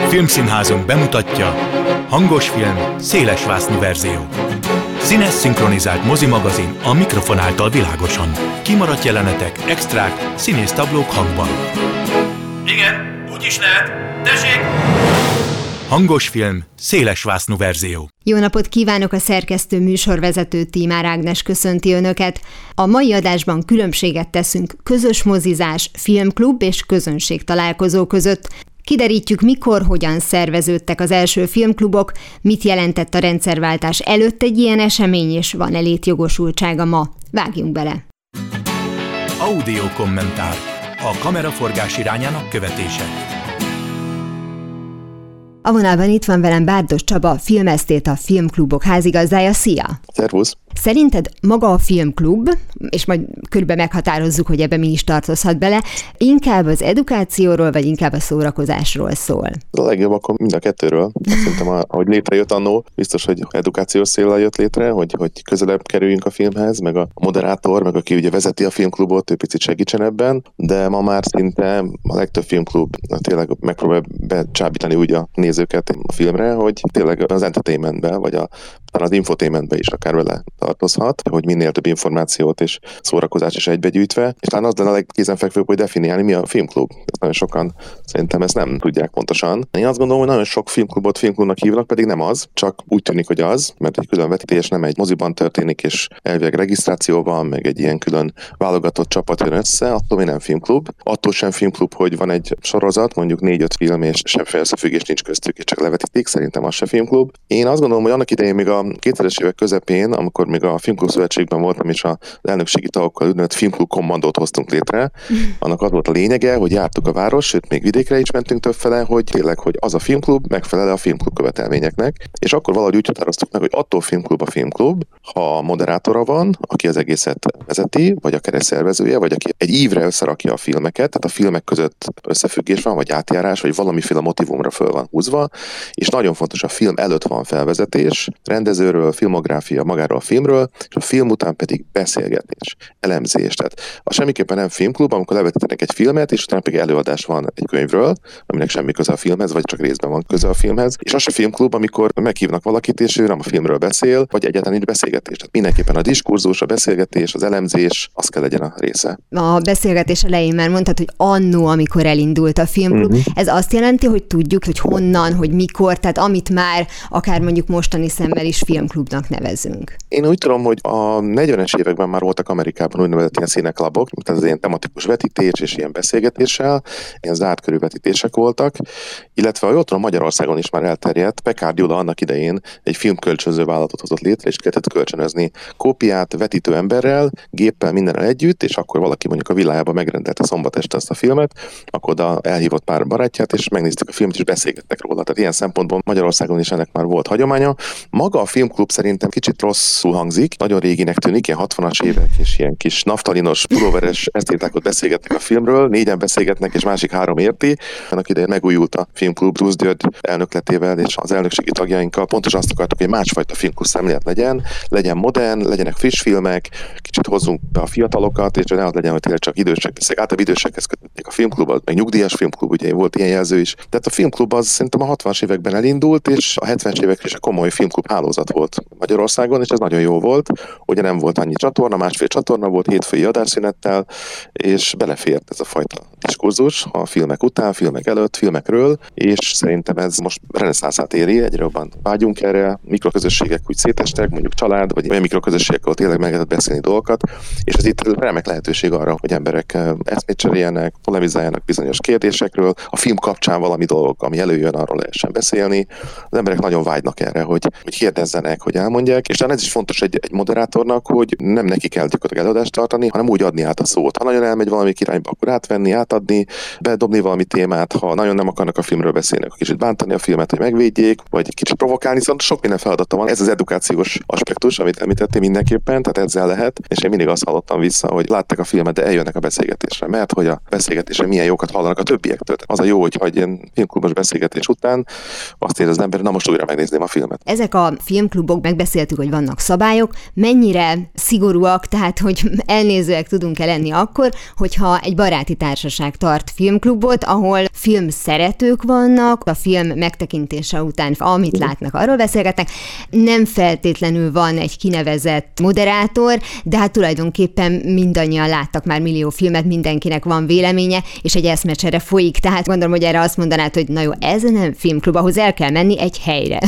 Filmszínházunk bemutatja hangos film, szélesvásznú verzió. Színes szinkronizált mozimagazin a mikrofon által világosan. Kimaradt jelenetek, extrák, színésztáblók hangban. Igen, úgy is lehet. Tessék! Hangos film, szélesvásznú verzió. Jó napot kívánok, a szerkesztő műsorvezető Tímár Ágnes köszönti Önöket. A mai adásban különbséget teszünk közös mozizás, filmklub és közönségtalálkozó között. Kiderítjük, mikor, hogyan szerveződtek az első filmklubok, mit jelentett a rendszerváltás előtt egy ilyen esemény, és van-e létjogosultsága ma. Vágjunk bele! Audio kommentár. A kameraforgás irányának követése. A vonalban itt van velem Bárdos Csaba, filmesztét, a Filmklubok házigazdája. Szia! Szervusz! Szerinted maga a filmklub, és majd körülbelül meghatározzuk, hogy ebbe mi is tartozhat bele, inkább az edukációról, vagy inkább a szórakozásról szól? A legjobb akkor mind a kettőről. Szerintem, ahogy létrejött annó, biztos, hogy edukációs céllal jött létre, hogy közelebb kerüljünk a filmhez, meg a moderátor, meg aki ugye vezeti a filmklubot, ő picit segítsen ebben, de ma már szinte a legtöbb filmklub tényleg megpróbál becsábítani úgy a nézőket a filmre, hogy tényleg az entertainmentbe, vagy talán az infotainmentbe is akár vele tartozhat, hogy minél több információt és szórakozást is egybegyűjtve, és talán az lenne a legkézenfekvőbb, hogy definiálni, mi a filmklub. Ezt nagyon sokan szerintem ezt nem tudják pontosan. Én azt gondolom, hogy nagyon sok filmklubot filmklubnak hívnak, pedig nem az, csak úgy tűnik, hogy az, mert egy külön vetítés nem egy moziban történik, és elvileg regisztráció van, meg egy ilyen külön válogatott csapat jön össze, attól mi nem filmklub. Attól sem filmklub, hogy van egy sorozat, mondjuk 4-5 film, és semmiféle összefüggés nincs köztük, és csak levetítik, szerintem az se filmklub. Én azt gondolom, hogy annak idején még a 2000-es évek közepén, amikor még a Filmklub Szövetségben voltam, és az elnökségi tagokkal úgynevezett Filmklub kommandót hoztunk létre. Annak az volt a lényege, hogy jártuk a város, sőt még vidékre is mentünk többfele, hogy tényleg, hogy az a filmklub megfelel a filmklub követelményeknek. És akkor valahogy úgy határoztuk meg, hogy attól filmklub a filmklub, ha moderátora van, aki az egészet vezeti, vagy akár egy szervezője, vagy aki egy ívre összerakja a filmeket, tehát a filmek között összefüggés van, vagy átjárás, vagy valamiféle motivumra föl van húzva, és nagyon fontos, a film előtt van felvezetés, rendezőről, filmográfia magáról a filmről, és a film után pedig beszélgetés, elemzés. Tehát semmiképpen nem filmklub, amikor levetítenek egy filmet, és utána pedig előadás van egy könyvről, aminek semmi köze a filmhez, vagy csak részben van köze a filmhez. És az a filmklub, amikor meghívnak valakit, és ő nem a filmről beszél, vagy egyáltalán nincs beszélgetés. Tehát mindenképpen a diskurzus, a beszélgetés, az elemzés, az kell legyen a része. A beszélgetés elején már mondtad, hogy annó, amikor elindult a filmklub, ez azt jelenti, hogy tudjuk, hogy honnan, hogy mikor, tehát amit már akár mondjuk mostani szemmel is filmklubnak nevezünk. Én úgy tudom, hogy a 40-es években már voltak Amerikában úgynevezett ilyen színeklubok, tehát az ilyen tematikus vetítés és ilyen beszélgetéssel, ilyen zárt körű vetítések voltak, illetve ha jól tudom, Magyarországon is már elterjedt. Pekár Gyula annak idején egy filmkölcsönző vállalatot hozott létre, és kellett kölcsönözni kópiát vetítő emberrel, géppel, mindennel együtt, és akkor valaki mondjuk a villájában megrendelte szombat este ezt a filmet, akkor oda elhívott pár barátját, és megnéztük a filmet, és beszélgettek róla. Tehát ilyen szempontból Magyarországon is ennek már volt hagyománya. Maga a filmklub szerintem kicsit rosszul hangzik, nagyon réginek tűnik, ilyen 60-as évek, és ilyen kis naftalinos, pulóveres esztétákot beszélgetnek a filmről, 4-en beszélgetnek, és másik 3 érti. Annak idején megújult a filmklub Bruce György elnökletével és az elnökségi tagjainkkal. Pontosan azt akartuk, hogy másfajta filmklub szemlélet legyen modern, legyenek friss filmek, kicsit hozzunk be a fiatalokat, és ne az legyen, hogy tényleg csak idősek beszélnek. Általában idősekhez kötötték a filmklubot, meg nyugdíjas filmklub, ugye volt ilyen jelző is. Tehát a filmklub az szerintem a 60-as években elindult, és a 70-es évekre is a komoly filmklub hálózat volt Magyarországon, és ez nagyon jó volt. Ugye nem volt annyi csatorna, másfél csatorna volt, hétfői adásszünettel, és belefért ez a fajta diskurzus a filmek után, filmek előtt, filmekről, és szerintem ez most reneszánszát éri, egyre jobban vágyunk erre, mikroközösségek úgy szétestek, mondjuk család, vagy olyan mikroközösségek, ahol tényleg meg lehet beszélni dolgokat, és ez itt remek lehetőség arra, hogy emberek eszmét cseréljenek, polemizáljanak bizonyos kérdésekről, a film kapcsán valami dolog, ami előjön, arról lehessen beszélni. Az emberek nagyon vágynak erre, hogy kérdezzenek, hogy elmondják, és talán ez is fontos egy moderátornak, hogy nem neki kell gyakorlatilag előadást tartani, hanem úgy adni át a szót. Ha nagyon elmegy valami irányba, akkor átvenni, átadni, bedobni valami témát, ha nagyon nem akarnak a filmről beszélni, akkor kicsit bántani a filmet, hogy megvédjék, vagy kicsit provokálni, szóval sok minden feladata van. Ez az edukációs aspektus, amit említettem mindenképpen, tehát ezzel lehet, és én mindig azt hallottam vissza, hogy látták a filmet, de eljönnek a beszélgetésre, mert hogy a beszélgetésre milyen jókat hallanak a többiektől. Az a jó, hogy ilyen filmklubos beszélgetés után azt érzi az ember, na most újra megnézném a filmet. Ezek a filmklubok, megbeszéltük, hogy vannak szabályok, szabályok mennyire szigorúak, tehát hogy elnézőek tudunk-e lenni akkor, hogyha egy baráti társaság tart filmklubot, ahol filmszeretők vannak, a film megtekintése után, amit látnak, arról beszélgetnek, nem feltétlenül van egy kinevezett moderátor, de hát tulajdonképpen mindannyian láttak már millió filmet, mindenkinek van véleménye, és egy eszmecsere folyik, tehát gondolom, hogy erre azt mondanád, hogy na jó, ez nem filmklub, ahhoz el kell menni egy helyre.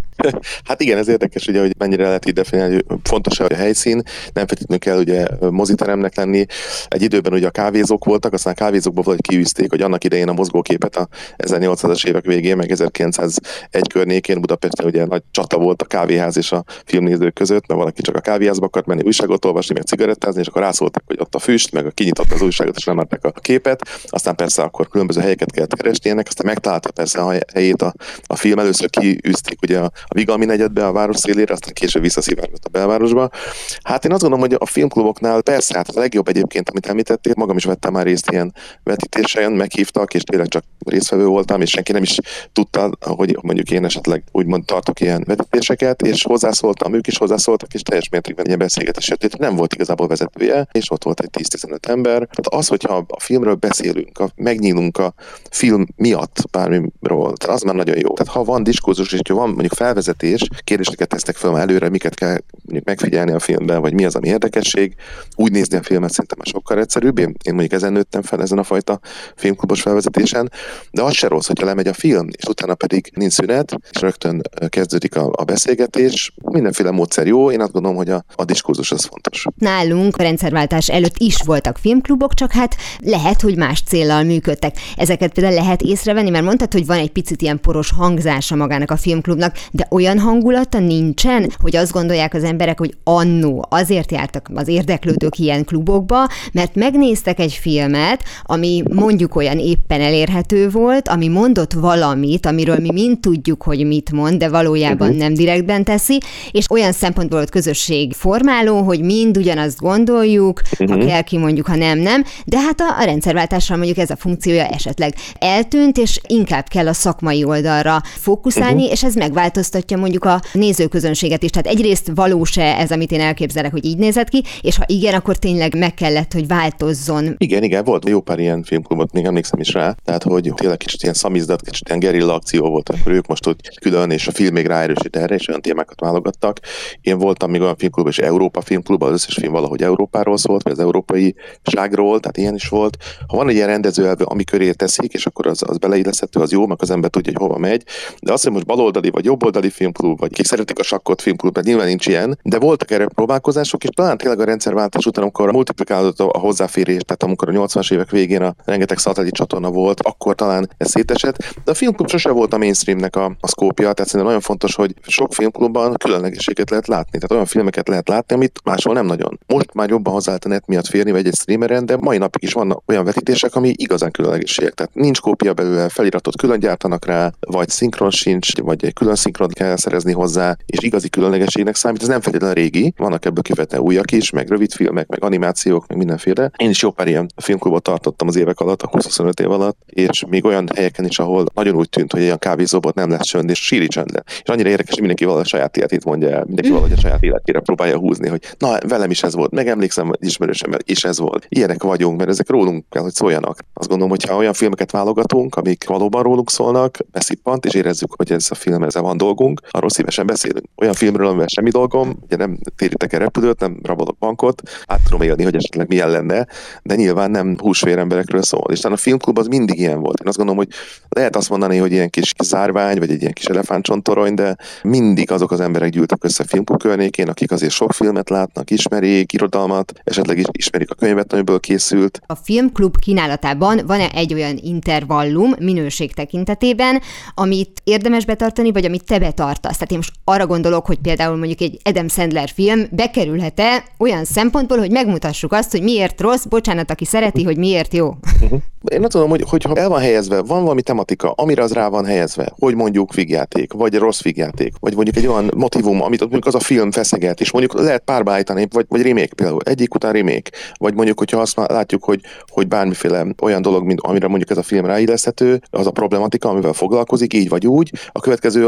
Hát igen, ez érdekes, ugye, hogy mennyire lehet így definiálni, hogy fontos a helyszín, nem feltétlenül kell ugye moziteremnek lenni. Egy időben ugye a kávézók voltak, aztán a kávézókból valahogy kiűzték, hogy annak idején a mozgóképet a 1800-as évek végén, meg 1901 környékén Budapesten ugye nagy csata volt a kávéház és a filmnézők között, mert valaki csak a kávéházba akart menni újságot olvasni, meg cigarettázni, és akkor rászóltak, hogy ott a füst, meg kinyitott az újságot, és nem adták a képet. Aztán persze akkor különböző helyeket kellett keresni ennek, aztán megtalálta persze a helyét a film, először kiűzték ugye a Vigalmi negyedbe, a város szélére, aztán később visszaszivárgott a belvárosba. Hát én azt gondolom, hogy a filmkluboknál persze, hát a legjobb egyébként, amit említettél, magam is vettem már részt ilyen vetítésen, meghívtak, és tényleg csak résztvevő voltam, és senki nem is tudta, hogy mondjuk én esetleg úgymond tartok ilyen vetítéseket, és hozzászóltam, ők is hozzászóltak, és teljes mértékben ilyen beszélgetés jött. Nem volt igazából vezetője, és ott volt egy 10-15 ember. Tehát az, hogyha a filmről beszélünk, megnyílunk a film miatt bármiről, az már nagyon jó. Tehát ha van diskurzus, és ha van mondjuk felvezetés, kérdéseket tesznek fel előre, miket kell mondjuk megfigyelni a filmben, vagy mi az, ami érdekesség. Úgy nézni a filmet szerintem sokkal egyszerűbb. Én mondjuk ezen nőttem fel, ezen a fajta filmklubos felvezetésen, de az se rossz, hogyha lemegy a film, és utána pedig nincs szünet, és rögtön kezdődik a beszélgetés. Mindenféle módszer jó, én azt gondolom, hogy a diskurzus az fontos. Nálunk a rendszerváltás előtt is voltak filmklubok, csak hát lehet, hogy más céllal működtek. Ezeket például lehet észrevenni, mert mondtad, hogy van egy picit ilyen poros hangzása magának a filmklubnak, de olyan hangulata nincsen, hogy azt gondolják az emberek, hogy annó azért jártak az érdeklődők ilyen klubokba, mert megnéztek egy filmet, ami mondjuk olyan éppen elérhető volt, ami mondott valamit, amiről mi mind tudjuk, hogy mit mond, de valójában nem direktben teszi, és olyan szempontból volt közösségformáló, hogy mind ugyanazt gondoljuk, ha kell kimondjuk, ha nem, de hát a rendszerváltással mondjuk ez a funkciója esetleg eltűnt, és inkább kell a szakmai oldalra fókuszálni, és ez megváltoztatja mondjuk a nézőközönséget is. Tehát egyrészt valós-e ez, amit én elképzelek, hogy így nézett ki, és ha igen, akkor tényleg meg kellett, hogy változzon. Igen, volt jó pár ilyen filmklubot, még emlékszem is rá, tehát hogy tényleg kicsit ilyen szamizdat, kicsit ilyen gerilla akció volt, akkor ők most úgy külön, és a film még ráerősít erre, és olyan témákat válogattak. Én voltam még olyan filmklub, és Európa filmklub, az összes film valahogy Európáról szólt, vagy az európai ságról, tehát ilyen is volt. Ha van egy ilyen rendezőelv, ami köré teszik, és akkor az beleilleszthető, az jó, meg az ember tudja, hogy hova megy. De azt, hogy most baloldali vagy jobboldali filmklub, vagy kik szeretik a sakkot filmklub, mert nyilván nincs ilyen, de voltak erre próbálkozások, és talán tényleg a rendszerváltás után, amikor multiplikálódott a hozzáférés, tehát amikor a 80-as évek végén a rengeteg szatellit csatorna volt, akkor talán ez szétesett. De a filmklub sose volt a mainstreamnek a szkópja, tehát szerintem nagyon fontos, hogy sok filmklubban különlegességet lehet látni, tehát olyan filmeket lehet látni, amit máshol nem nagyon. Most már jobban hozzáállt a net miatt férni, vagy egy streameren, de mai napig is vannak olyan vetítések, ami igazán különlegességek. Tehát nincs kópia belőle, feliratot külön gyártanak rá, vagy szinkron sincs, vagy egy külön szinkront kell szerezni hozzá, és igazi különlegességnek számít. Ez nem feltétlenül régi, vannak ebből kifejezetten újak is, meg rövidfilmek, meg animációk, meg mindenféle. Én is jó pár ilyen filmklubot tartottam az évek alatt, a 20-25 év alatt, és még olyan helyeken is, ahol nagyon úgy tűnt, hogy olyan kávézóban nem lesz csönd, és síri csönd. És annyira érdekes, hogy mindenki valahogy a saját életét mondja el, mindenki valahogy a saját életére próbálja húzni, hogy na, velem is ez volt, megemlékszem ismerősemmel is ez volt. Ilyenek vagyunk, mert ezek rólunk kell, hogy szóljanak. Azt gondolom, hogy ha olyan filmeket válogatunk, amik valóban rólunk szólnak, beszippant, és érezzük, hogy ez a film, ezzel van dolgunk, arról szívesen beszélünk. Olyan filmről, amivel semmi dolgom, ugye nem térítek el repülőt, nem rabolok bankot, át tudom élni, hogy esetleg milyen lenne, de nyilván nem húsvér emberekről szól. És a filmklub az mindig ilyen volt. Én azt gondolom, hogy lehet azt mondani, hogy ilyen kis zárvány, vagy egy ilyen kis elefántcsontorony, de mindig azok az emberek gyűltek össze a filmklub környékén, akik azért sok filmet látnak, ismerik, irodalmat, esetleg is ismerik a könyvet, amiből készült. A filmklub kínálatában van-e egy olyan intervallum minőség tekintetében, amit érdemes betartani, vagy amit te betartasz? Tehát én most arra gondolok, hogy például mondjuk egy Adam Sandler film bekerülhet-e olyan szempontból, hogy megmutassuk azt, hogy miért rossz, bocsánat, aki szereti, hogy miért jó. Én azt mondom, hogy ha el van helyezve, van valami tematika, amire az rá van helyezve, hogy mondjuk vígjáték, vagy rossz vígjáték, vagy mondjuk egy olyan motivum, amit mondjuk az a film feszeget, és mondjuk lehet párba állítani, vagy remake például, egyik után remake, vagy mondjuk, hogyha azt látjuk, hogy bármiféle olyan dolog, mint amire mondjuk ez a film ráilleszthető, az a problematika, amivel foglalkozik, így vagy úgy, a következő alkalommal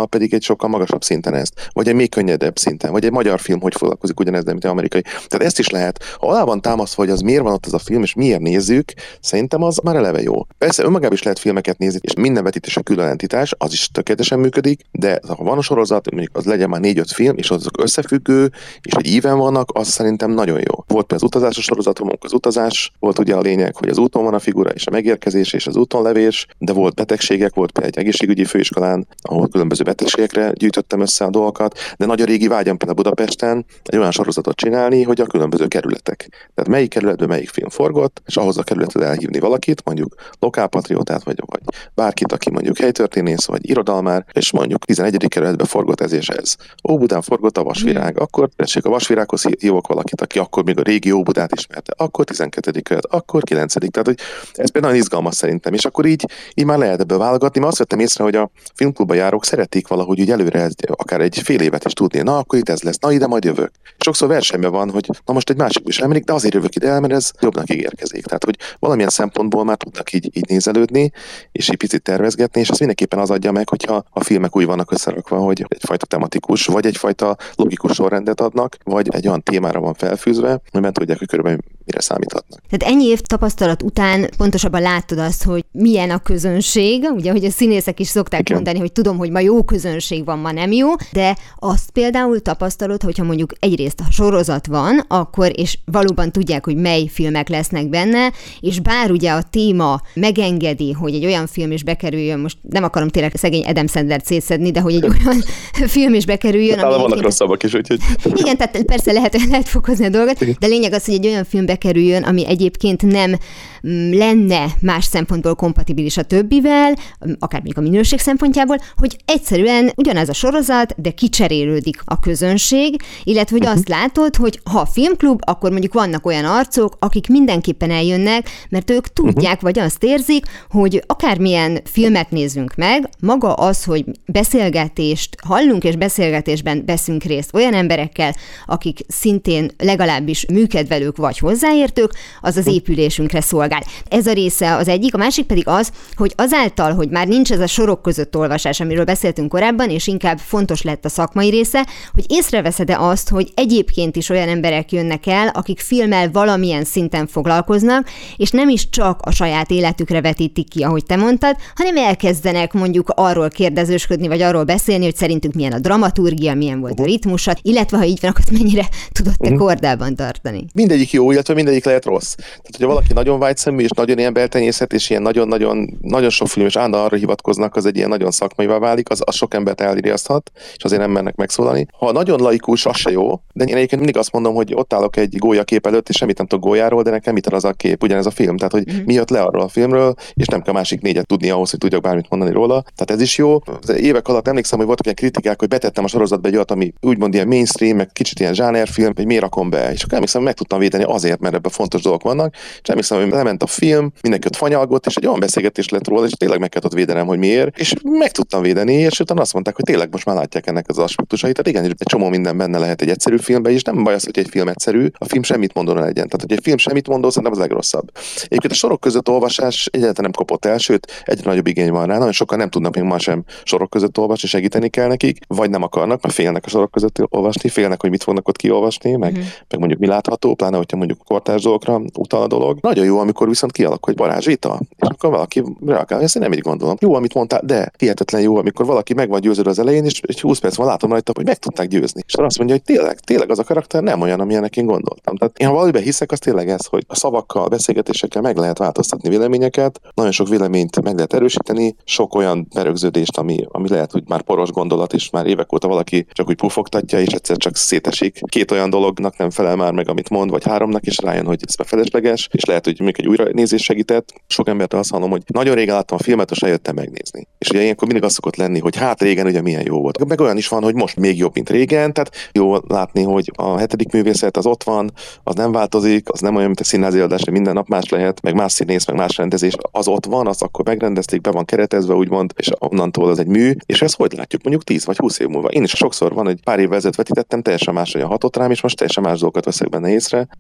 pedig egy sokkal magasabb szinten ezt, vagy egy még könnyedebb szinten, vagy egy magyar film, hogy foglalkozik ugyanezzel, mint egy amerikai. Tehát ezt is lehet. Ha alá van támasztva, hogy az miért van ott az a film, és miért nézzük, szerintem az már eleve jó. Persze önmagában is lehet filmeket nézni, és minden vetítés a külön entitás, az is tökéletesen működik, de ha van a sorozat, mondjuk az legyen már 4-5 film, és azok összefüggő, és egy íven vannak, az szerintem nagyon jó. Volt például az utazásos sorozatom, az utazás volt ugye a lényeg, hogy az úton van a figura, és a megérkezés, és az úton levés, de volt betegségek, volt például egy egészségügyi főiskolán, ahol különböző betegségekre gyűjtöttem össze a dolgokat, de nagyon régi vágyam például Budapesten egy olyan sorozatot csinálni, hogy a különböző kerületek. Tehát melyik kerületben melyik film forgott, és ahhoz a kerületre elhívni valakit, mondjuk lokálpatriótát, vagy bárkit, aki mondjuk helytörténész, vagy irodalmár, és mondjuk 11. kerületben forgott ez és ez. Óbudán forgott a Vasvirág, akkor tessék a Vasvirághoz hívok valakit, aki akkor még a régi Óbudát ismerte, akkor 12. kerület, akkor 9. Tehát, hogy ez például nagyon izgalmas szerintem, és akkor így már lehet ebből válogatni, mert azt vettem észre, hogy a filmklubba járók szeretik valahogy úgy előre akár egy fél évet is tudni, na akkor itt ez lesz, na ide majd jövök. Sokszor versenyben van, hogy na most egy másik is elmenik, de azért jövök ide el, mert ez jobbnak ígérkezik. Tehát, hogy valamilyen szempontból már tudnak így nézelődni, és egy picit tervezgetni, és ez mindenképpen az adja meg, hogyha a filmek úgy vannak összerakva, hogy egyfajta tematikus, vagy egyfajta logikus sorrendet adnak, vagy egy olyan témára van felfűzve, hogy tudják, hogy körülbelül mire számíthatnak. Tehát ennyi év tapasztalat után pontosabban látod azt, hogy milyen a közönség, ugye, hogy a színészek is szokták mondani, hogy tudom, hogy ma jó közönség van, ma nem jó, de azt például tapasztalod, hogyha mondjuk egyrészt a sorozat van, akkor, és valóban tudják, hogy mely filmek lesznek benne, és bár ugye a téma megengedi, hogy egy olyan film is bekerüljön, most nem akarom tényleg szegény Adam Sandlert szétszedni, de hogy egy olyan film is bekerüljön. Hát vannak rosszabbak is, úgyhogy... Igen, tehát persze lehet fokozni a dolgot, de lényeg az, hogy egy olyan film bekerüljön, ami egyébként nem lenne más szempontból kompatibilis a többivel, akár mondjuk a minőség szempontjából, hogy egyszerűen ugyanaz a sorozat, de kicserélődik a közönség, illetve hogy azt látod, hogy ha a filmklub, akkor mondjuk vannak olyan arcok, akik mindenképpen eljönnek, mert ők tudják, vagy azt érzik, hogy akármilyen filmet nézzünk meg, maga az, hogy beszélgetést hallunk, és beszélgetésben veszünk részt olyan emberekkel, akik szintén legalábbis műkedvelők vagy hozzáértők, az az épülésünkre szolgál. Ez a része az egyik, a másik pedig az, hogy azáltal, hogy már nincs ez a sorok között olvasás, amiről beszéltünk korábban, és inkább fontos lett a szakmai része, hogy észreveszed-e azt, hogy egyébként is olyan emberek jönnek el, akik filmmel valamilyen szinten foglalkoznak, és nem is csak a saját életükre vetítik ki, ahogy te mondtad, hanem elkezdenek mondjuk arról kérdezősködni, vagy arról beszélni, hogy szerintük milyen a dramaturgia, milyen volt a ritmusa, illetve ha így van, akkor mennyire tudod te kordában tartani. Mindegyik jó, illetve mindegyik lehet rossz. Tehát, hogyha valaki nagyon vágyszemű, és nagyon ilyen beltenyészet, és ilyen nagyon sok film, és állandóan arra hivatkoznak, az egy ilyen nagyon szakmaivá válik, az sok embert elriaszthat, és azért nem mernek megszólalni. Ha nagyon laikus, az se jó, de én egyébként mindig azt mondom, hogy ott állok egy gólyakép előtt, és semmit nem tudok gólyáról, de nekem mit ad az a kép, ugyanez a film. Tehát, hogy mi jött le arról a filmről, és nem kell másik négyet tudni ahhoz, hogy tudjak bármit mondani róla. Tehát ez is jó. Az évek alatt emlékszem, hogy voltak ilyen kritikák, hogy betettem a sorozatba egy olyat, ami úgymond ilyen mainstream, meg kicsit ilyen zsánerfilm, hogy miért rakom be. És akkor emlékszem, meg tudtam védeni azért, mert ebben fontos dolgok vannak. És emlékszem, hogy lement a film, mindenki ott fanyalgott, és egy olyan beszélgetés lett róla, és tényleg meg kellett védenem, hogy miért. És meg tudtam védeni, és utána azt mondták, hogy tényleg most már látják ennek az aspektusait. Tehát igen, egy csomó minden benne lehet egy egyszerű filmben is, nem baj az, hogy egy film egyszerű, a film semmit mondó legyen. Tehát, hogy egy film semmit mondó, szerintem az legrosszabb. Egyébként a sorok között olvasás egyáltalán nem kopott el, sőt, egyre nagyobb igény van rá. Nagyon sokan nem tudnak még ma sem sorok között olvasni, segíteni kell nekik, vagy nem akarnak, mert félnek a sorok között olvasni, félnek, hogy mit fognak ott kiolvasni, meg mondjuk mi látható, pláne hogyha mondjuk kortárs dolgokra utal a dolog. Nagyon jó, amikor viszont kialakul, hogy Balázs vita, és akkor valaki reagál, ezt én nem így gondolom. Jó, amit mondtál, de hihetetlen jó, amikor valaki meg van győződve az elején, és egy 20 perc van látom rajta, hogy meg tudták győzni. És azt mondja, hogy tényleg az a karakter nem olyan, amilyenek én gondoltam. Tehát én ha valamiben hiszek, az tényleg ez, hogy a szavakkal, a beszélgetésekkel meg lehet változtatni véleményeket, nagyon sok véleményt meg lehet erősíteni, sok olyan berögződést, ami lehet, hogy már poros gondolat, és már évek óta valaki csak úgy pufogtatja, és egyszer csak szétesik. Két olyan dolognak nem felel már meg, amit mond, vagy háromnak, és rájön, hogy ez felesleges, és lehet, hogy még egy újranézés segített. Sok embertől azt hallom, hogy nagyon régen láttam a filmet, és eljöttem megnézni. És ugye ilyenkor mindig az szokott lenni, hogy hát régen ugye milyen jó volt. Meg olyan is van, hogy most még jobb, mint régen, tehát jó látni, hogy a 7. művészet az ott van, az nem változik, az nem olyan, mint a színházi előadás, hogy minden nap más lehet, meg más színész, meg más rendezés, az ott van, azt akkor megrendezték, be van keretezve, úgymond, és onnantól az egy mű, és ezt hogy látjuk mondjuk 10 vagy 20 év múlva. Én is sokszor van, egy pár évvel ezelőtt vetítettem, teljesen más olyan hatott rám, és most teljesen más dolgokat veszek benne észre, és igenis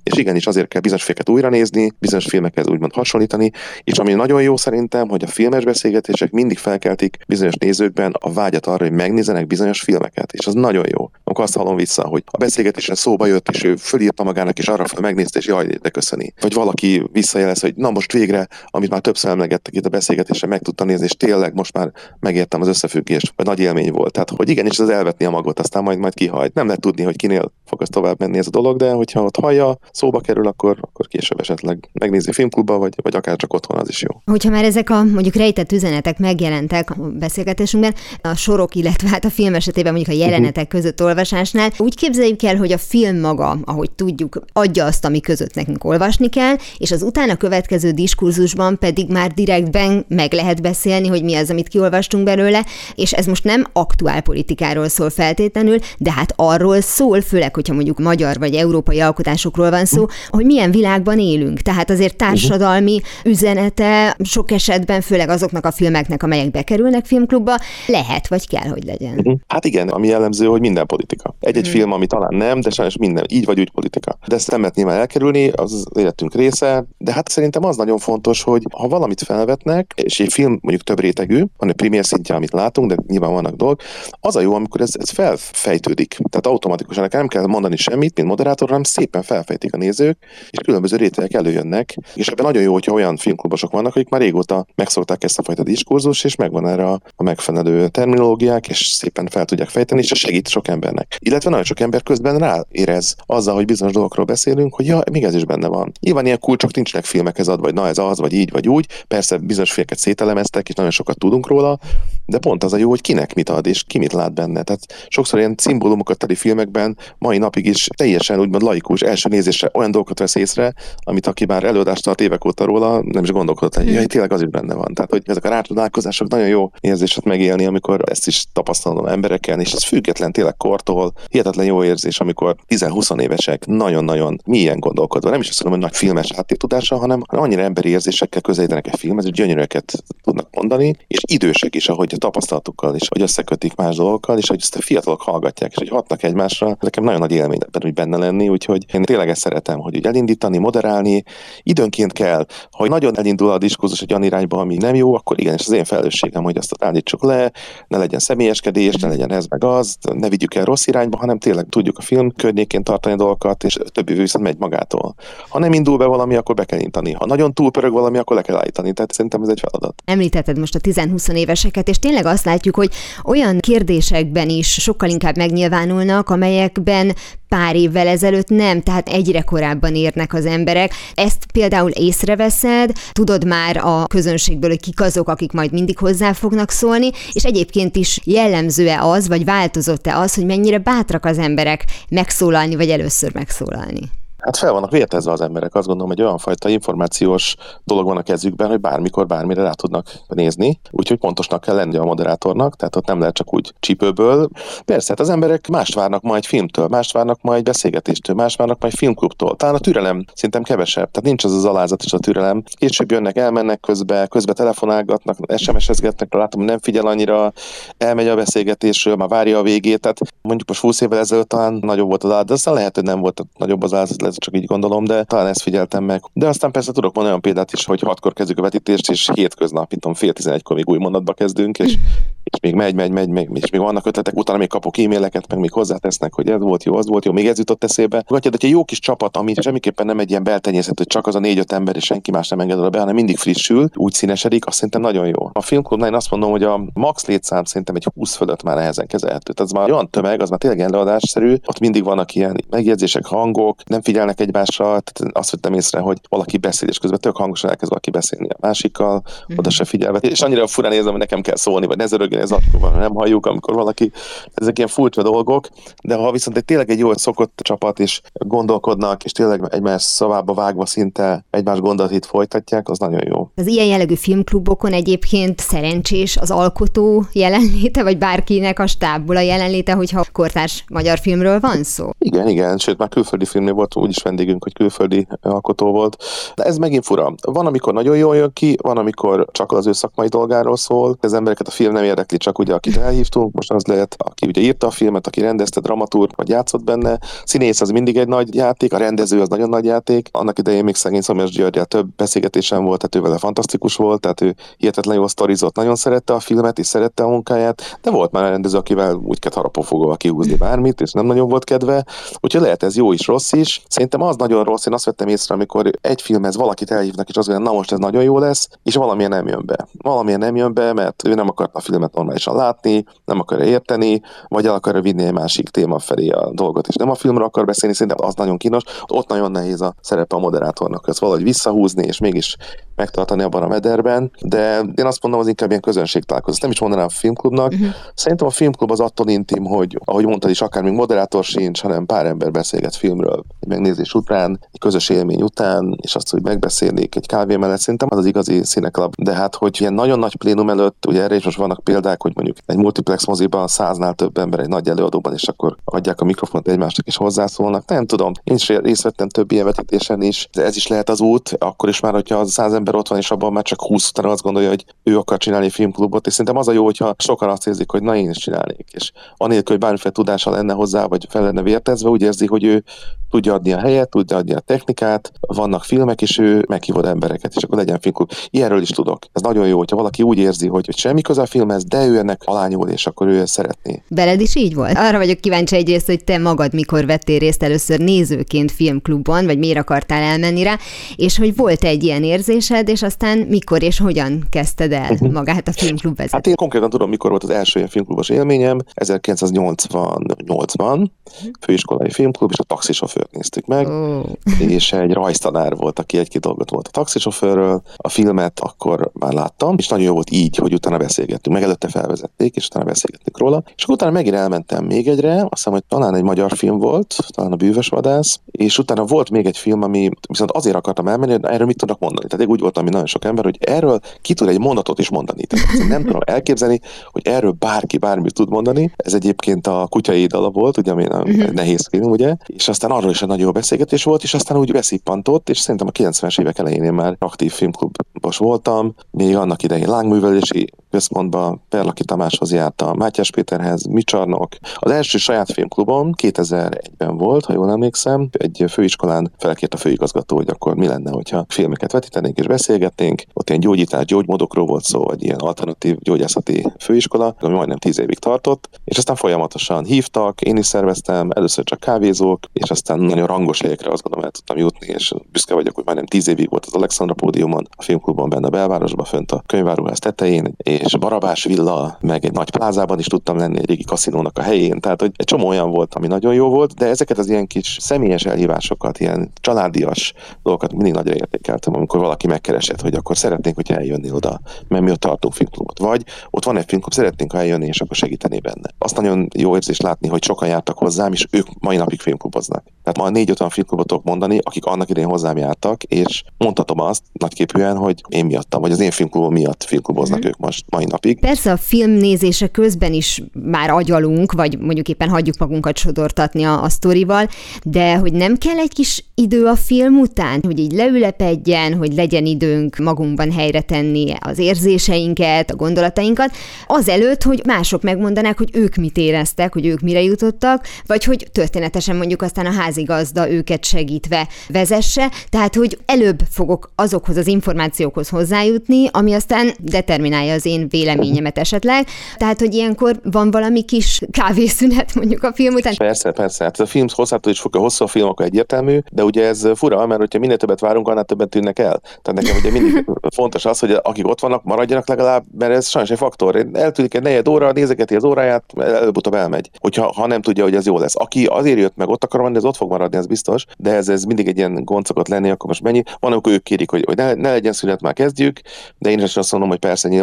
azért kell bizonyos filmeket újra nézni, bizonyos filmekhez úgymond hasonlítani, és ami nagyon jó szerintem, hogy a filmes beszélgetések mindig felkeltik bizonyos nézőkben a vágyat arra, hogy megnézzenek bizonyos filmeket, és az nagyon jó. Amikor azt hallom vissza, hogy a beszélgetésen szóba jött, és ő fölírta magának, és arra fel megnézte, és jaj, de köszöni. Vagy valaki visszajelez, hogy na most végre, amit már többször emlegettek itt a beszélgetésen, meg tudtam nézni, és tényleg most már megértem az összefüggést, vagy nagy élmény volt. Tehát, hogy igenis az elvetni a magot, aztán majd kihajt. Nem lehet tudni, hogy kinél fog az tovább menni ez a dolog, de hogyha ott hallja, szóba kerül, akkor később esetleg megnézi filmklubba, vagy akár csak otthon, az is jó. Hogyha már ezek a mondjuk rejtett üzenetek megjelentek a beszélgetésünkben, a sorok, illetve hát a film esetében mondjuk a jelenetek között olvasásnál, úgy képzeljük el, hogy a film maga, ahogy tudjuk, adja azt, ami között nekünk olvasni kell, és az utána következő diskurzusban pedig már direktben meg lehet beszélni, hogy mi az, amit kiolvastunk belőle, és ez most nem aktuál politikáról szól feltétlenül, de hát arról szól, főleg, hogyha mondjuk magyar vagy európai alkotásokról van szó, hogy milyen világban élünk. Tehát azért társadalmi üzenete sok esetben, főleg azoknak a filmeknek, amelyek bekerülnek filmklubba, lehet vagy kell, hogy legyen. Hát igen, ami jellemző, hogy minden politika. Egy-egy film, ami talán nem, de sajnos minden így vagy úgy politika. De ezt nem lehet nyilván elkerülni, az életünk része, de hát szerintem az nagyon fontos, hogy ha valamit felvetnek, és egy film mondjuk több rétegű, van egy primér szintje, amit látunk, de nyilván vannak dolgok, az a jó, amikor ez felfejtődik. Tehát automatikusan nem kell mondani semmit, mint moderátor, hanem szépen felfejtik a nézők, és különböző rétegek előjönnek. És ebben nagyon jó, hogyha olyan filmklubosok vannak, akik már régóta megszokták ezt a fajta diskurzus, és megvan erre a megfelelő terminológiák, és szépen fel tudják fejteni, és ez segít sok embernek. Illetve nagyon sok ember közben ráérez azzal, hogy bizonyos dolgokról beszélünk, hogy ja, még ez is benne van. Nyilván ilyen kulcsok nincsenek filmekhez adva, vagy na ez az, vagy így, vagy úgy. Persze bizonyos filmeket szételemeztek, és nagyon sokat tudunk róla, de pont az a jó, hogy kinek mit ad, és ki mit lát benne. Tehát sokszor ilyen szimbólumokat teli filmekben mai napig is teljesen úgymond laikus első nézésre olyan dolgokat vesz észre, amit aki már előadást tart évek óta róla, nem is gondolkodott, hogy jaj, tényleg az is benne van. Tehát, hogy ezek a rácsodálkozások nagyon jó érzést megélni, amikor ezt is tapasztalom emberekkel, és ez független tényleg kortól, hihetetlen jó érzés, amikor 10-20 évesek nagyon-nagyon mélyen gondolkodva, nem is azt mondom, hogy nagy filmes háttértudással, hanem annyira emberi érzésekkel közelítenek egy filmhez, hogy gyönyöröket tudnak mondani, és idősek is, ahogy a tapasztalatukkal is, hogy összekötik más dolgokkal, és hogy ezt a fiatalok hallgatják, és hogy hatnak egymásra. Nekem nagyon nagy élmény ebben úgy benne lenni, úgyhogy én tényleg ezt szeretem, hogy elindítani, moderálni. Időnként kell, hogy nagyon elindul a diskurzus egy olyan irányba, ami nem jó, akkor igen, és az én felelősségem, hogy azt állítsuk le, ne legyen személyeskedés, ne legyen ez meg az, ne vigyük el rossz irányba, hanem tényleg tudjuk a film környékén tartani dolgokat, és többi viszont megy magától. Ha nem indul be valami, akkor be kell indítani. Ha nagyon túlpörög valami, akkor le kell állítani. Tehát szerintem ez egy feladat. Említetted most a 10-20 éveseket, és tényleg azt látjuk, hogy olyan kérdésekben is sokkal inkább megnyilvánulnak, amelyekben pár évvel ezelőtt nem, tehát egyre korábban érnek az emberek. Ezt például észreveszed, tudod már a közönségből, hogy kik azok, akik majd mindig hozzá fognak szólni, és egyébként is jellemző-e az, vagy változott-e az, hogy mennyire bátrak az emberek megszólalni, vagy először megszólalni? Hát fel vannak vértezve az emberek, azt gondolom, hogy olyan fajta információs dolog van a kezükben, hogy bármikor, bármire rá tudnak nézni, úgyhogy pontosnak kell lenni a moderátornak, tehát ott nem lehet csak úgy csípőből. Persze, hát az emberek mást várnak majd filmtől, mást várnak majd beszélgetéstől, mást várnak majd filmklubtól. Talán a türelem szerintem kevesebb, tehát nincs az az alázat és a türelem. Később jönnek, elmennek közbe telefonálgatnak, SMS-ezgetnek, látom, hogy nem figyel annyira, elmegy a beszélgetésről, már várja a végét, tehát mondjuk most 20 évvel ezelőtt talán nagyobb volt az alázat, de aztán lehet, hogy nem volt nagyobb az alázat, csak így gondolom, de talán ezt figyeltem meg. De aztán persze tudok mondani olyan példát is, hogy 6-kor kezdjük a vetítést, és hétköznap, mint 10:30-kor még új mondatba kezdünk, és még megy, és még vannak ötletek, utána még kapok e-maileket, meg még hozzátesznek, hogy ez volt jó, az volt jó, még ez jutott eszébe. Hogyha egy jó kis csapat, ami semmiképpen nem egy ilyen beltenyészet, hogy csak az a 4-5 ember, és senki más nem enged oda be, hanem mindig frissül, úgy színesedik, azt szerintem nagyon jó. A filmklubnál én azt mondom, hogy a max létszám szerintem egy 20 fölött már nehezen kezelhető. Tehát az már olyan tömeg, az már tényleg előadásszerű, ott mindig vannak ilyen megjegyzések, hangok, nem figyelnek egymásra, tehát azt vettem észre, hogy valaki beszél, és közben tök hangosan elkezd valaki beszélni a másikkal, oda se figyelve. És annyira furán érzem, hogy nekem kell szólni, vagy ne zörögjen ez akkor nem halljuk, amikor valaki, ezek ilyen furcsa dolgok, de ha viszont tényleg egy jól szokott csapat, és gondolkodnak, és tényleg egymás szavába vágva szinte egymás gondolatit folytatják, az nagyon jó. Az ilyen jellegű filmklubokon egyébként szerencsés az alkotó jelenléte, vagy bárkinek a stábból a jelenléte, hogyha kortárs magyar filmről van szó? Igen, sőt már külföldi filmnél volt, úgy úgyis vendégünk, hogy külföldi alkotó volt. De ez megint fura. Van, amikor nagyon jól jön ki, van, amikor csak az ő szakmai dolgáról szól. Az embereket a film nem érdekli, csak ugye akit elhívtunk, most az lehet, aki ugye írta a filmet, aki rendezte, dramaturg, vagy játszott benne. Színész az mindig egy nagy játék, a rendező az nagyon nagy játék. Annak idején még szegény Szomjas Györgyel több beszélgetésem volt, tehát ő vele fantasztikus volt, tehát ő hihetetlen jól sztorizott, nagyon szerette a filmet és szerette a munkáját, de volt már a rendező, akivel úgy kellett harapófogóval kihúzni bármit, és nem nagyon volt kedve. Úgyhogy lehet ez jó is, rossz is. Szerintem az nagyon rossz, én azt vettem észre, amikor egy filmhez valakit elhívnak, és azt mondja, na most ez nagyon jó lesz, és valamilyen nem jön be. Valamilyen nem jön be, mert ő nem akart a filmet normálisan látni, nem akarja érteni, vagy el akarja vinni egy másik téma felé a dolgot, és nem a filmről akar beszélni, szerintem az nagyon kínos. Ott nagyon nehéz a szerepe a moderátornak, ezt valahogy visszahúzni, és mégis megtartani abban a mederben, de én azt mondom, az inkább ilyen közönségtalálkozó. Ezt nem is mondanám a filmklubnak. Szerintem a filmklub az attól intim, hogy ahogy mondtad is, akár még moderátor sincs, hanem pár ember beszélget filmről, egy megnézés után, egy közös élmény után, és azt, hogy megbeszélik egy kávé mellett, szerintem az igazi színeklub. De hát, hogy ilyen nagyon nagy plénum előtt, ugye erre is most vannak példák, hogy mondjuk egy multiplex moziban 100-nál több ember egy nagy előadóban, és akkor adják a mikrofont egymásnak és hozzászólnak. Nem tudom, én is részt vettem több ilyen vetítésen is, de ez is lehet az út, akkor is már, hogyha az 100 ember ott van, és abban már csak 20 után azt gondolja, hogy ő akar csinálni filmklubot, és szerintem az a jó, hogyha sokan azt érzik, hogy na én is csinálnék, és anélkül, hogy bármiféle tudása lenne hozzá, vagy fel lenne vértezve, úgy érzi, hogy ő tudja adni a helyet, tudja adni a technikát, vannak filmek, és ő meghívod embereket, és akkor legyen filmklub. Ilyenről is tudok. Ez nagyon jó, hogyha valaki úgy érzi, hogy semmi köze a filmhez, de ő ennek alányul, és akkor ő ezt szeretné. Veled is így volt? Arra vagyok kíváncsi egyrészt, hogy te magad mikor vettél részt először nézőként filmklubban, vagy miért akartál elmenni rá, és hogy volt egy ilyen érzésed, és aztán mikor és hogyan kezdted el magát a filmklub vezetést? Hát én konkrétan tudom, mikor volt az első ilyen filmklubos élményem, 1988-ban, főiskolai filmklub, és a taxisofőrt néztük meg, és egy rajztanár volt, aki egy-két dolgot volt a taxisofőrről, a filmet akkor már láttam, és nagyon jó volt így, hogy utána beszélgettünk, meg előtte felvezették, és utána beszélgettünk róla, és akkor utána megint elmentem még egyre, azt hiszem, hogy talán egy magyar film volt, talán a Bűvös vadász, és utána volt még egy film, ami viszont azért akartam elmenni, hogy erről mit tudnak mondani. Tehát úgy voltam, mint nagyon sok ember, hogy erről ki tud egy mondatot is mondani. Tehát nem tudom elképzelni, hogy erről bárki bármit tud mondani. Ez egyébként a Kutyai dala volt, ugye, ami nehéz film, ugye, és aztán arról is egy nagyon jó beszélgetés volt, és aztán úgy beszippantott, és szerintem a 90-es évek elején én már aktív filmklubos voltam, még annak idején Lángművelési Központban Perlaki Tamáshoz jártam, Mátyás Péterhez, Micsarnok. Az első saját filmklubom 2001-ben volt, ha jól emlékszem, egy főiskolán felkért a főigazgató, hogy akkor mi lenne, hogyha filmeket vetítenénk és beszélgetnénk. Ott ilyen gyógyítás, gyógymódokról volt szó, egy ilyen alternatív gyógyászati főiskola, ami majdnem 10 évig tartott, és aztán folyamatosan hívtak, én is szerveztem, először csak kávézók, és aztán nagyon rangos helyekre azt gondolom el tudtam jutni, és büszke vagyok, hogy majdnem 10 évig volt az Alexandra pódiumon, a filmklubban benne a belvárosban, fönt a könyváruház tetején, és Barabás villa, meg egy nagy plázában is tudtam lenni, egy régi kaszinónak a helyén, tehát hogy egy csomó olyan volt, ami nagyon jó volt, de ezeket az ilyen kis személyes elhívásokat, ilyen családias dolgokat mindig nagyra értékeltem, amikor valaki megkeresett, hogy akkor szeretnénk, hogy eljönni oda, mert mi ott tartunk filmklubot. Vagy ott van egy filmklub, szeretnénk, ha eljönni, és akkor segíteni benne. Azt nagyon jó érzés látni, hogy sokan jártak hozzám, és ők mai napig filmkluboznak. Tehát ma 4-5 olyan filmklubot tudok mondani, akik annak idején hozzám jártak, és mondhatom azt nagyképűen, hogy én miattam, vagy az én filmklubom miatt filmkluboznak ők most mai napig. Persze a filmnézése közben is már agyalunk, vagy mondjuk éppen hagyjuk magunkat sodortatni a sztorival, de hogy nem kell egy kis idő a film után, hogy így leülepedjen, hogy legyen időnk magunkban helyre tenni az érzéseinket, a gondolatainkat, azelőtt, hogy mások megmondanák, hogy ők mit éreztek, hogy ők mire jutottak, vagy hogy történetesen mondjuk aztán a házigazda őket segítve vezesse, tehát hogy előbb fogok azokhoz az információkhoz hozzájutni, ami aztán determinálja az én véleményemet esetleg. Tehát, hogy ilyenkor van valami kis kávészünet mondjuk a film után. Persze. Hát a film hosszától is fokkal hosszú a film, akkor egyértelmű, de ugye ez fura, mert hogyha minél többet várunk, annál többet tűnnek el. Tehát nekem ugye mindig fontos az, hogy akik ott vannak, maradjanak legalább, mert ez sajnos egy faktor. Eltűnik egy negyed óra, nézegeti az óráját, előbb-utóbb elmegy. Hogyha nem tudja, hogy ez jó lesz. Aki azért jött meg, ott akar menni, ez ott fog maradni, ez biztos, de ez mindig egy ilyen gond szokott lenni, akkor most mennyi. Van, amikor ők kérik, hogy ne legyen szünet, már kezdjük, de én is azt mondom, hogy persze nyilván kell egy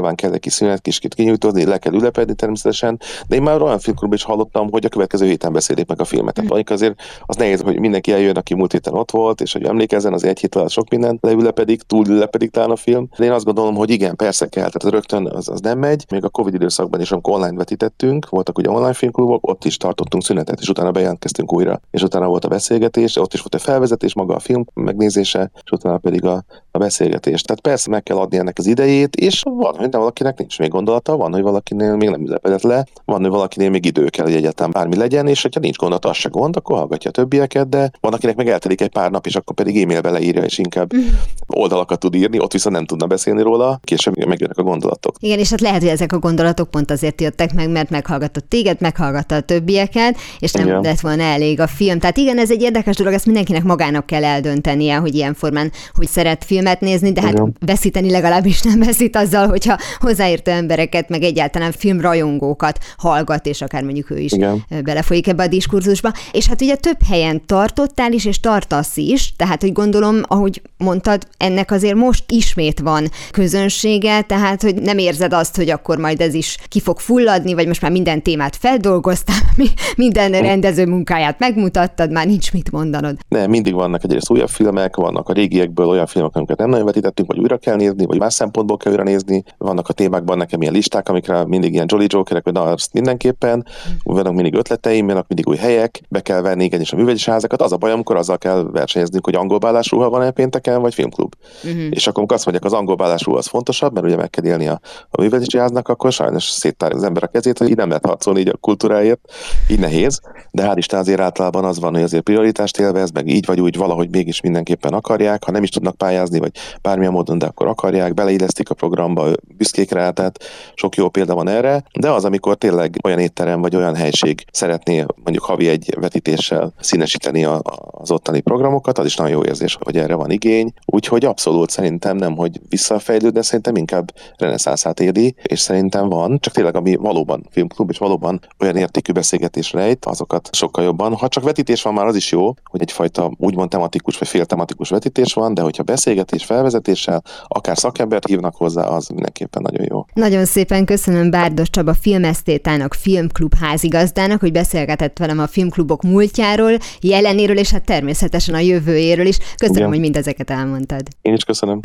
kis szünet, kicsit kinyújtózni, le kell ülepedni természetesen, de én már olyan filmklubban is hallottam, hogy a következő héten beszélik meg a filmet. Tehát azért az nehéz, hogy mindenki eljön, aki múlt héten ott volt, és hogy emlékezzen, az egy hét alatt sok minden leülepedik, túlülepedik talán a film. De én azt gondolom, hogy igen, persze kell, tehát rögtön az nem megy. Még a Covid időszakban is, amikor online vetítettünk, voltak ugye online filmklubok, ott is tartottunk szünetet, és utána bejelentkeztünk újra, és utána volt a beszélgetés, ott is volt a felvezetés, maga a film megnézése, és utána pedig a beszélgetés. Tehát persze meg kell adni ennek az idejét, és van, hogy valakinek nincs még gondolata, van, hogy valakinél még nem ülepedett le, van, hogy valakinél még idő kell, hogy egyáltalán bármi legyen, és hogyha nincs gondolata, az se gond, akkor hallgatja a többieket, de van, akinek meg eltelik egy pár nap, és akkor pedig e-mailbe leírja, és inkább oldalakat tud írni, ott viszont nem tudna beszélni róla, később megjönnek a gondolatok. Igen, és hát lehet, hogy ezek a gondolatok pont azért jöttek meg, mert meghallgatott téged, meghallgatta a többieket, és nem lett volna elég a film. Tehát igen, ez egy érdekes dolog, ezt mindenkinek magának kell eldöntenie, hogy ilyen formán, hogy szeret filmet nézni, de hát veszíteni legalábbis nem veszít azzal, hogyha hozzáértő embereket, meg egyáltalán filmrajongókat hallgat, és akár mondjuk ő is belefolyik ebbe a diskurzusba. És hát ugye több helyen tartottál is, és tartasz is, tehát hogy gondolom, ahogy mondtad, ennek azért most ismét van közönsége, tehát hogy nem érzed azt, hogy akkor majd ez is ki fog fulladni, vagy most már minden témát feldolgoztál, minden rendező munkáját megmutattad, már nincs mit mondanod. Nem, mindig vannak egyrészt újabb filmek, vannak a régiekből olyan filmek, amiket nem nagyon vetítettünk, vagy újra kell nézni, vagy más szempontból kell újra nézni. Vannak a témákban nekem ilyen listák, amikre mindig ilyen Jolly Jokerek, vagy na, azt mindenképpen. Vannak mindig ötleteim, vannak mindig új helyek, be kell venni igenis a művelődési házakat. Az a baj, amikor azzal kell versenyezni, hogy angolbálás ruha van-e pénteken, vagy filmklub. És akkor azt mondják, az angolbálás ruha az fontosabb, mert ugye meg kell élni a művelődési háznak, akkor sajnos széttárja az ember a kezét, hogy így nem lehet harcolni így a kultúráért, így nehéz. De hál' Isten azért általában az van, hogy azért prioritást élvez, meg így vagy úgy valahogy mégis mindenképpen akarják, ha nem is tudnak pályázni, vagy bármilyen módon, de akkor akarják, beleillesztik a programba, büszkék rá, tehát sok jó példa van erre, de az, amikor tényleg olyan étterem vagy olyan helység szeretné mondjuk havi egy vetítéssel színesíteni az ottani programokat, az is nagyon jó érzés, hogy erre van igény, úgyhogy abszolút szerintem nem, hogy visszafejlőd, de szerintem inkább reneszánszát éli, és szerintem van, csak tényleg ami valóban filmklub, és valóban olyan értékű beszélgetés rejt, azokat sokkal jobban. Ha csak vetítés van, már az is jó, hogy egyfajta úgymond tematikus vagy féltematikus vetítés van, de hogyha beszélgetés, felvezetéssel, akár szakembert hívnak hozzá, az mindenképpen nagyon jó. Nagyon szépen köszönöm Bárdos Csaba filmesztétának, filmklub házigazdának, hogy beszélgetett velem a filmklubok múltjáról, jelenéről, és hát természetesen a jövőjéről is. Köszönöm, hogy mindezeket elmondtad. Én is köszönöm.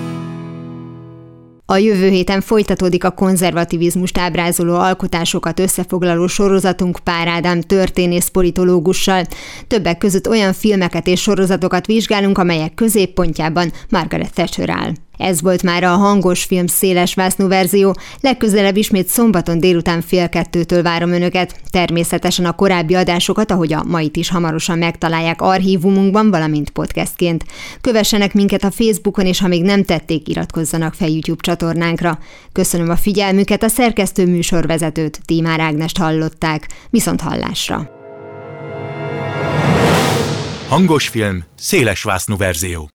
A jövő héten folytatódik a konzervativizmust ábrázoló alkotásokat összefoglaló sorozatunk Pár Ádám történész politológussal. Többek között olyan filmeket és sorozatokat vizsgálunk, amelyek középpontjában Margaret Thatcher áll. Ez volt már a Hangos Film szélesvásznú verzió, legközelebb ismét szombaton délután 1:30 várom Önöket. Természetesen a korábbi adásokat, ahogy a mait is hamarosan megtalálják archívumunkban, valamint podcastként. Kövessenek minket a Facebookon, és ha még nem tették, iratkozzanak fel YouTube csatornánkra. Köszönöm a figyelmüket, a szerkesztő műsorvezetőt, Tímár Ágnest hallották. Viszonthallásra! Hangos Film szélesvásznú verzió.